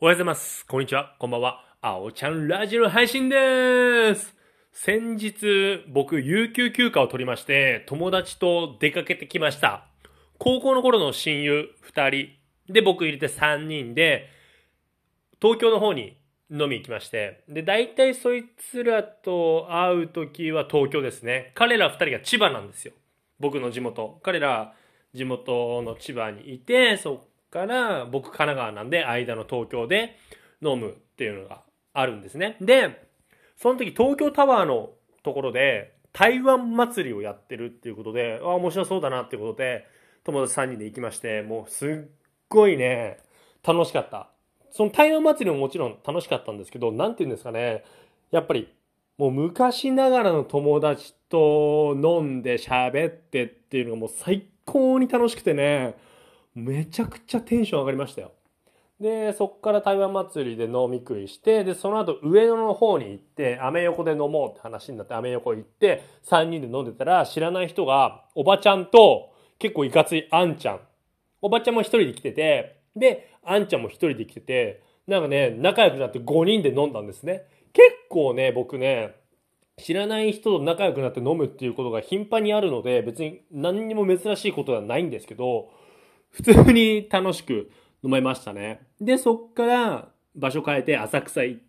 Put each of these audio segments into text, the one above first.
おはようございます。こんにちは。こんばんは。あおちゃんラジオの配信です。先日、僕、有給休暇を取りまして、友達と出かけてきました。高校の頃の親友2人で、僕入れて3人で、東京の方に飲み行きまして、で、大体そいつらと会うときは東京ですね。彼ら2人が千葉なんですよ。僕の地元。彼ら、地元の千葉にいて、そっから僕神奈川なんで間の東京で飲むっていうのがあるんですね。で、その時東京タワーのところで台湾祭りをやってるっていうことで、面白そうだなっていうことで友達3人で行きまして、もうすっごいね、楽しかった。その台湾祭りももちろん楽しかったんですけど、なんて言うんですかね、やっぱりもう昔ながらの友達と飲んで喋ってっていうのがもう最高に楽しくてね、めちゃくちゃテンション上がりましたよ。で、そっから台湾祭りで飲み食いして、で、その後上野の方に行って、アメ横で飲もうって話になってアメ横行って、3人で飲んでたら知らない人が、おばちゃんと結構いかついあんちゃん。おばちゃんも一人で来てて、で、あんちゃんも一人で来てて、なんかね、仲良くなって5人で飲んだんですね。結構ね、僕ね、知らない人と仲良くなって飲むっていうことが頻繁にあるので、別に何にも珍しいことではないんですけど、普通に楽しく飲めましたね。で、そっから場所変えて浅草行って、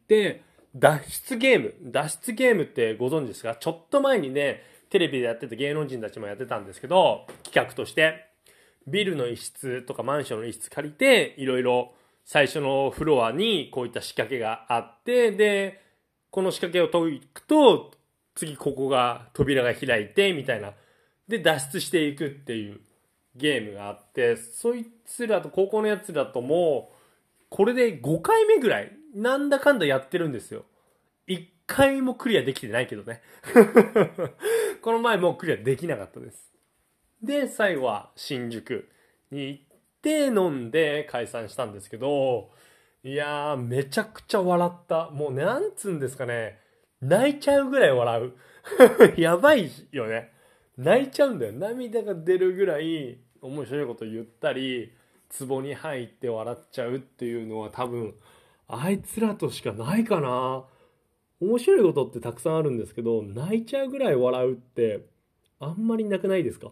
脱出ゲームってご存知ですか？ちょっと前にね、テレビでやってた芸能人たちもやってたんですけど、企画として、ビルの一室とかマンションの一室借りて、いろいろ最初のフロアにこういった仕掛けがあって、で、この仕掛けを解くと、次ここが扉が開いて、みたいな。で、脱出していくっていうゲームがあって、そいつらと高校のやつらとも、これで5回目ぐらい、なんだかんだやってるんですよ。1回もクリアできてないけどね。この前もうクリアできなかったです。で、最後は新宿に行って飲んで解散したんですけど、いやー、めちゃくちゃ笑った。もうなんつうんですかね。泣いちゃうぐらい笑う。やばいよね。泣いちゃうんだよ。涙が出るぐらい面白いこと言ったり、壺に入って笑っちゃうっていうのは多分、あいつらとしかないかな。面白いことってたくさんあるんですけど、泣いちゃうぐらい笑うってあんまりなくないですか？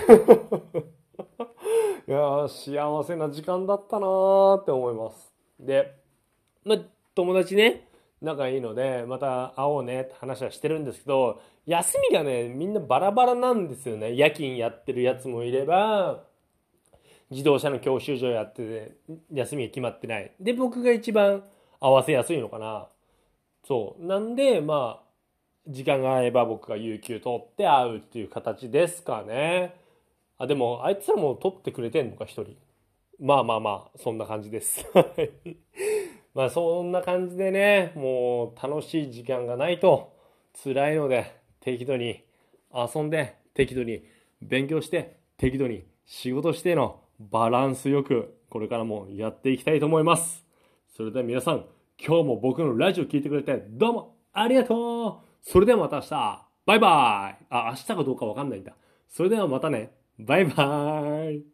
いやー、幸せな時間だったなーって思います。で、まあ、友達ね、仲いいので、また会おうねって話はしてるんですけど、休みがね、みんなバラバラなんですよね。夜勤やってるやつもいれば、自動車の教習所やってて、休みが決まってない。で、僕が一番合わせやすいのかな。そう。なんで、まあ、時間が合えば僕が有給取って会うっていう形ですかね。あ、でも、あいつらも取ってくれてんのか、一人。まあまあまあ、そんな感じです。まあそんな感じでね、もう楽しい時間がないと辛いので、適度に遊んで、適度に勉強して、適度に仕事してのバランスよく、これからもやっていきたいと思います。それでは皆さん、今日も僕のラジオ聞いてくれてどうもありがとう。それではまた明日。バイバイ。あ、明日かどうかわかんないんだ。それではまたね。バイバイ。